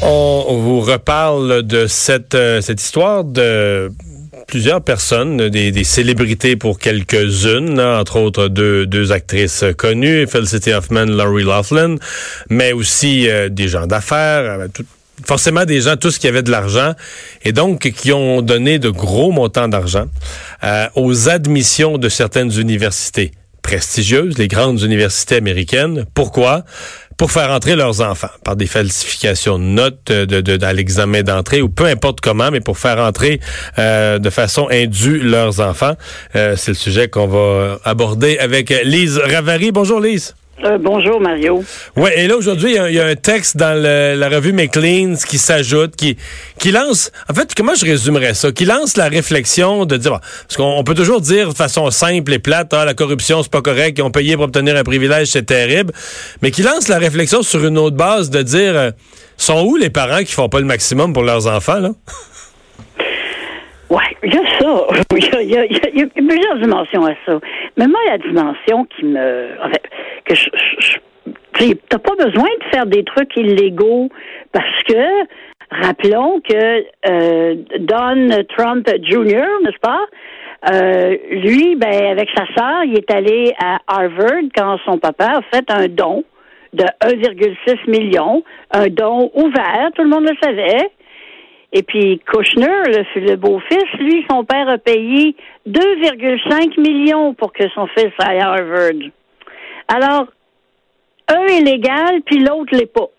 On vous reparle de cette histoire de plusieurs personnes, des célébrités pour quelques-unes, là, entre autres deux actrices connues, Felicity Huffman, Lori Loughlin, mais aussi des gens d'affaires, forcément des gens tous qui avaient de l'argent et donc qui ont donné de gros montants d'argent aux admissions de certaines universités prestigieuses, les grandes universités américaines. Pourquoi? Pour faire entrer leurs enfants par des falsifications de notes à l'examen d'entrée ou peu importe comment, mais pour faire entrer de façon indue leurs enfants. C'est le sujet qu'on va aborder avec Lise Ravary. Bonjour Lise. Bonjour Mario. Ouais, et là aujourd'hui, il y a un texte dans la revue Maclean's qui s'ajoute, qui lance, en fait, comment je résumerais ça, qui lance la réflexion de dire, parce qu'on peut toujours dire de façon simple et plate, la corruption c'est pas correct, ils ont payé pour obtenir un privilège, c'est terrible, mais qui lance la réflexion sur une autre base de dire, sont où les parents qui font pas le maximum pour leurs enfants, là? Ouais, il y a ça. Il y a plusieurs dimensions à ça. Mais moi, la dimension qui me... En fait, que t'as pas besoin de faire des trucs illégaux parce que, rappelons que Don Trump Jr., n'est-ce pas? Lui, avec sa sœur, il est allé à Harvard quand son papa a fait un don de 1,6 million, un don ouvert, tout le monde le savait. Et puis Kushner, le beau-fils, lui, son père a payé 2,5 millions pour que son fils aille à Harvard. Alors, un est légal, puis l'autre l'est pas.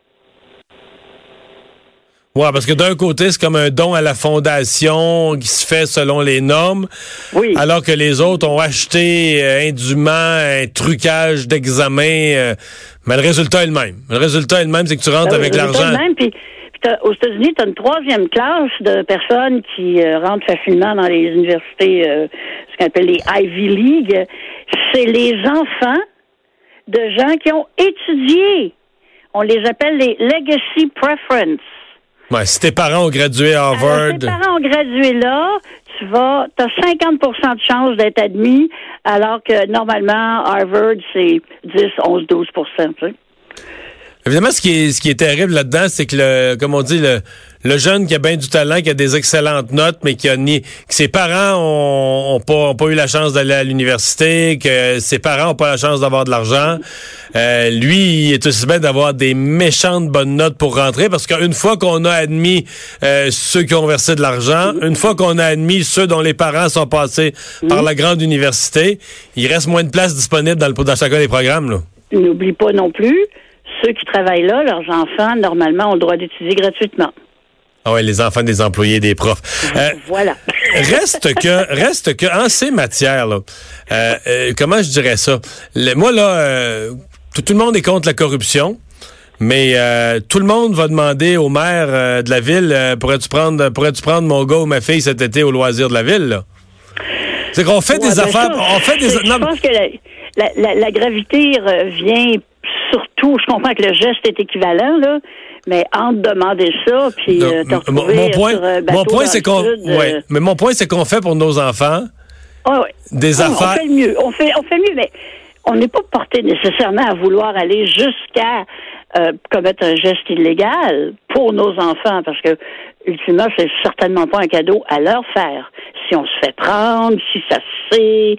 Ouais, parce que d'un côté, c'est comme un don à la fondation qui se fait selon les normes, oui. Alors que les autres ont acheté indûment un trucage d'examen, mais le résultat est le même. Le résultat est le même, c'est que tu rentres avec l'argent. Aux États-Unis, tu as une troisième classe de personnes qui rentrent facilement dans les universités, ce qu'on appelle les Ivy League. C'est les enfants de gens qui ont étudié. On les appelle les Legacy Preference. Ouais, si tes parents ont gradué à Harvard... Alors, si tes parents ont gradué là, t'as 50% de chance d'être admis, alors que normalement, Harvard, c'est 10, 11, 12%, tu sais. Évidemment, ce qui est terrible là-dedans, c'est que comme on dit, le jeune qui a bien du talent, qui a des excellentes notes, mais que ses parents ont pas eu la chance d'aller à l'université, que ses parents ont pas la chance d'avoir de l'argent, lui, il est aussi bien d'avoir des méchantes bonnes notes pour rentrer, parce qu'une fois qu'on a admis ceux qui ont versé de l'argent, une fois qu'on a admis ceux dont les parents sont passés par la grande université, il reste moins de place disponible dans chacun des programmes, là. N'oublie pas non plus, ceux qui travaillent là, leurs enfants, normalement, ont le droit d'étudier gratuitement. Ah ouais, les enfants des employés, des profs. Voilà. Reste que, en ces matières, là, comment je dirais ça? Moi, là, tout le monde est contre la corruption, mais tout le monde va demander au maire de la ville, pourrais-tu prendre mon gars ou ma fille cet été au loisir de la ville, là? C'est qu'on fait des affaires... Je pense que la gravité revient surtout, je comprends que le geste est équivalent, là, mais entre demander ça, puis te retrouver mon point, c'est qu'on... mais mon point, c'est qu'on fait pour nos enfants des affaires... On fait le mieux. On fait mieux, mais on n'est pas porté nécessairement à vouloir aller jusqu'à commettre un geste illégal pour nos enfants, parce que, ultimement, c'est certainement pas un cadeau à leur faire. Si on se fait prendre, si ça se sait...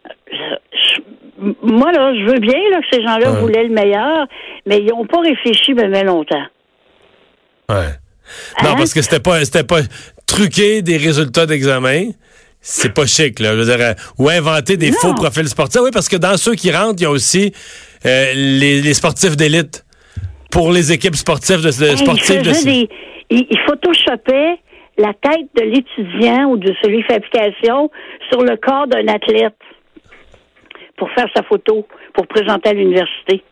Moi, là, je veux bien là, que ces gens-là voulaient le meilleur, mais ils n'ont pas réfléchi bien longtemps. Ouais. Non, parce que c'était pas truquer des résultats d'examen. C'est pas chic, là. Je veux dire, ou inventer des faux profils sportifs. Oui, parce que dans ceux qui rentrent, il y a aussi les sportifs d'élite. Pour les équipes sportives il photoshopait la tête de l'étudiant ou de celui qui fait application sur le corps d'un athlète pour faire sa photo, pour présenter à l'université.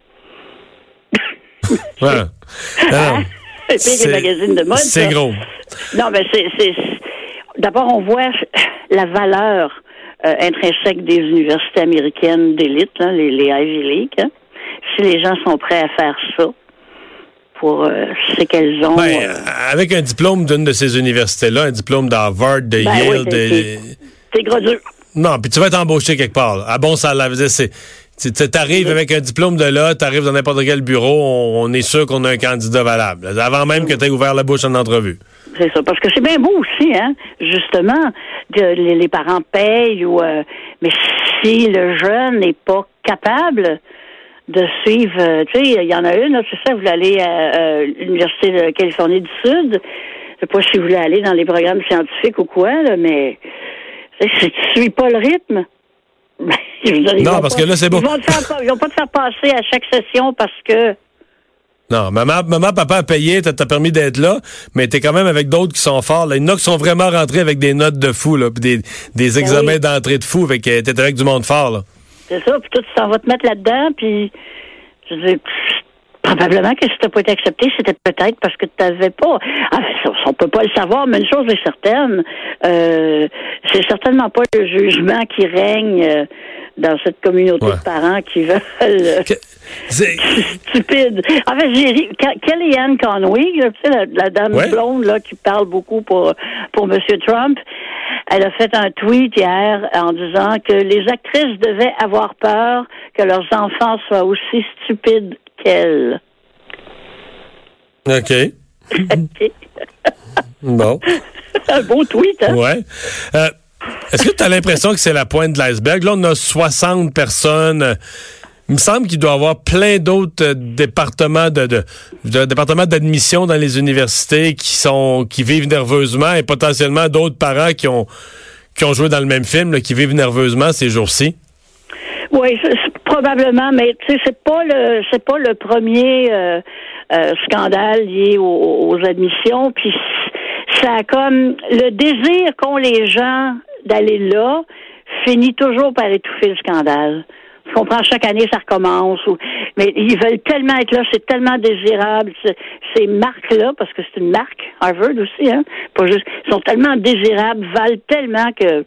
Ouais. C'est des magazines de mode. C'est ça. Gros. Non, mais c'est... D'abord, on voit la valeur intrinsèque des universités américaines d'élite, hein, les Ivy League. Hein. Si les gens sont prêts à faire ça, c'est qu'elles ont... avec un diplôme d'une de ces universités-là, un diplôme d'Harvard, de Yale... C'est gros dur. Non, puis tu vas être embauché quelque part, là, à bon salaire. T'arrives avec un diplôme de là, t'arrives dans n'importe quel bureau, on est sûr qu'on a un candidat valable, avant même que t'aies ouvert la bouche en entrevue. C'est ça, parce que c'est bien beau aussi, hein, justement, que les parents payent, mais si le jeune n'est pas capable de suivre, tu sais, il y en a une, là, c'est ça, vous voulez aller à l'Université de Californie du Sud, je sais pas si vous voulez aller dans les programmes scientifiques ou quoi, là, mais si tu suis pas le rythme, non, parce que là, c'est beau. Ils vont pas te faire passer à chaque session parce que... Non, maman, papa a payé, t'as permis d'être là, mais t'es quand même avec d'autres qui sont forts. Là. Il y en a qui sont vraiment rentrés avec des notes de fou, là, puis des examens d'entrée de fou, fait que t'es avec du monde fort, là. C'est ça, puis toi, tu t'en vas te mettre là-dedans, puis je veux dire, probablement que si t'as pas été accepté, c'était peut-être parce que t'avais pas... Ah, ça, on peut pas le savoir, mais une chose est certaine, c'est certainement pas le jugement qui règne dans cette communauté de parents qui veulent... stupide. En fait, j'ai ri. Kellyanne Conway, là, tu sais, la dame blonde là, qui parle beaucoup pour M. Trump, elle a fait un tweet hier en disant que les actrices devaient avoir peur que leurs enfants soient aussi stupides qu'elles. OK. Bon. Un beau tweet, hein? Ouais. Est-ce que tu as l'impression que c'est la pointe de l'iceberg? Là, on a 60 personnes. Il me semble qu'il doit y avoir plein d'autres départements départements d'admission dans les universités qui vivent nerveusement et potentiellement d'autres parents qui ont joué dans le même film, là, qui vivent nerveusement ces jours-ci. Oui, probablement, mais tu sais, c'est pas le premier scandale lié aux admissions. Puis ça a comme le désir qu'ont les gens d'aller là finit toujours par étouffer le scandale. Je comprends, chaque année, ça recommence. Mais ils veulent tellement être là, c'est tellement désirable. Ces marques-là, parce que c'est une marque, Harvard aussi, hein, pas juste, ils sont tellement désirables, valent tellement que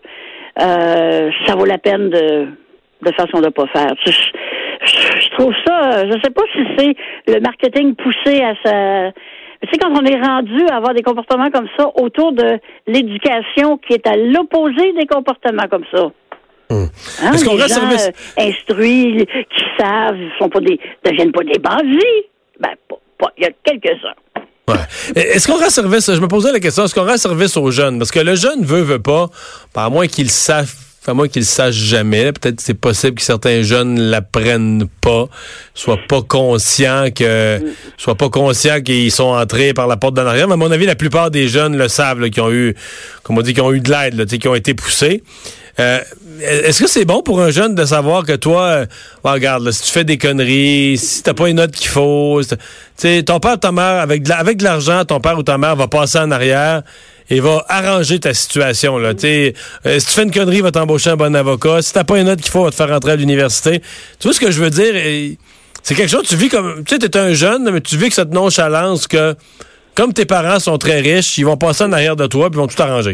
ça vaut la peine de façon de pas faire. Je trouve ça, je sais pas si c'est le marketing poussé à sa... Tu sais, quand on est rendu à avoir des comportements comme ça autour de l'éducation qui est à l'opposé des comportements comme ça. Hein, est-ce qu'on rend service instruits, qui savent, deviennent pas des bandits? Ben, il y a quelques-uns. Ouais. Est-ce qu'on rend service, je me posais la question, est-ce qu'on rend service aux jeunes? Parce que le jeune veut pas, à moins qu'il sache jamais, peut-être que c'est possible que certains jeunes l'apprennent pas, soient pas conscients qu'ils sont entrés par la porte d'en arrière. Mais à mon avis, la plupart des jeunes le savent, là, qui ont eu de l'aide, là, qui ont été poussés. Est-ce que c'est bon pour un jeune de savoir que toi, regarde, là, si tu fais des conneries, si t'as pas les notes qu'il faut, ton père ou ta mère, avec de l'argent, ton père ou ta mère va passer en arrière et va arranger ta situation, là. Si tu fais une connerie, il va t'embaucher un bon avocat. Si t'as pas les notes qu'il faut, il va te faire rentrer à l'université. Tu vois ce que je veux dire? C'est quelque chose, tu vis comme, tu sais, t'es un jeune, mais tu vis que cette nonchalance que, comme tes parents sont très riches, ils vont passer en arrière de toi puis ils vont tout arranger.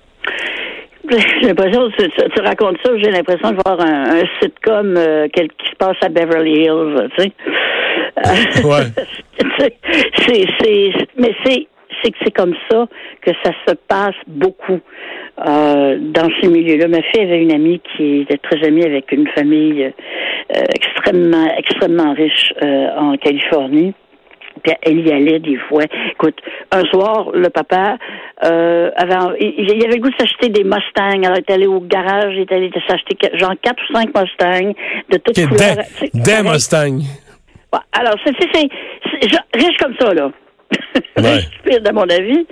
J'ai l'impression, tu racontes ça, j'ai l'impression de voir un sitcom qui se passe à Beverly Hills, tu sais. Ouais. Mais c'est comme ça que ça se passe beaucoup dans ces milieux-là. Ma fille avait une amie qui était très amie avec une famille extrêmement riche en Californie. Puis elle y allait des fois. Écoute, un soir, le papa il avait le goût de s'acheter des Mustangs. Alors, il est allé au garage, il est allé s'acheter genre 4 ou 5 Mustangs de toutes couleurs. Des Mustangs. Ouais, alors, c'est riche comme ça, là. Ouais. Stupide, à mon avis.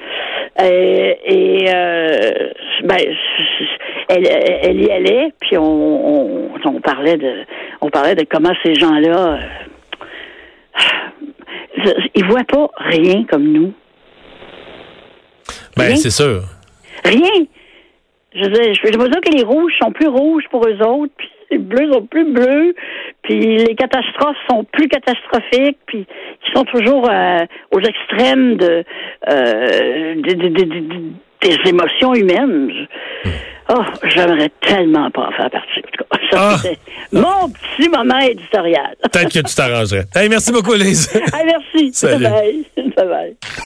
Elle y allait, puis on parlait de comment ces gens-là... ils voient pas rien comme nous. Ben, rien. C'est sûr. Rien. Je veux dire que les rouges sont plus rouges pour eux autres, puis les bleus sont plus bleus, puis les catastrophes sont plus catastrophiques, puis ils sont toujours aux extrêmes des émotions humaines. Oh, j'aimerais tellement pas en faire partie. C'était mon petit moment éditorial. Peut-être que tu t'arrangerais. Hey, merci beaucoup, Lise. Merci. Salut. Bye bye. Bye bye.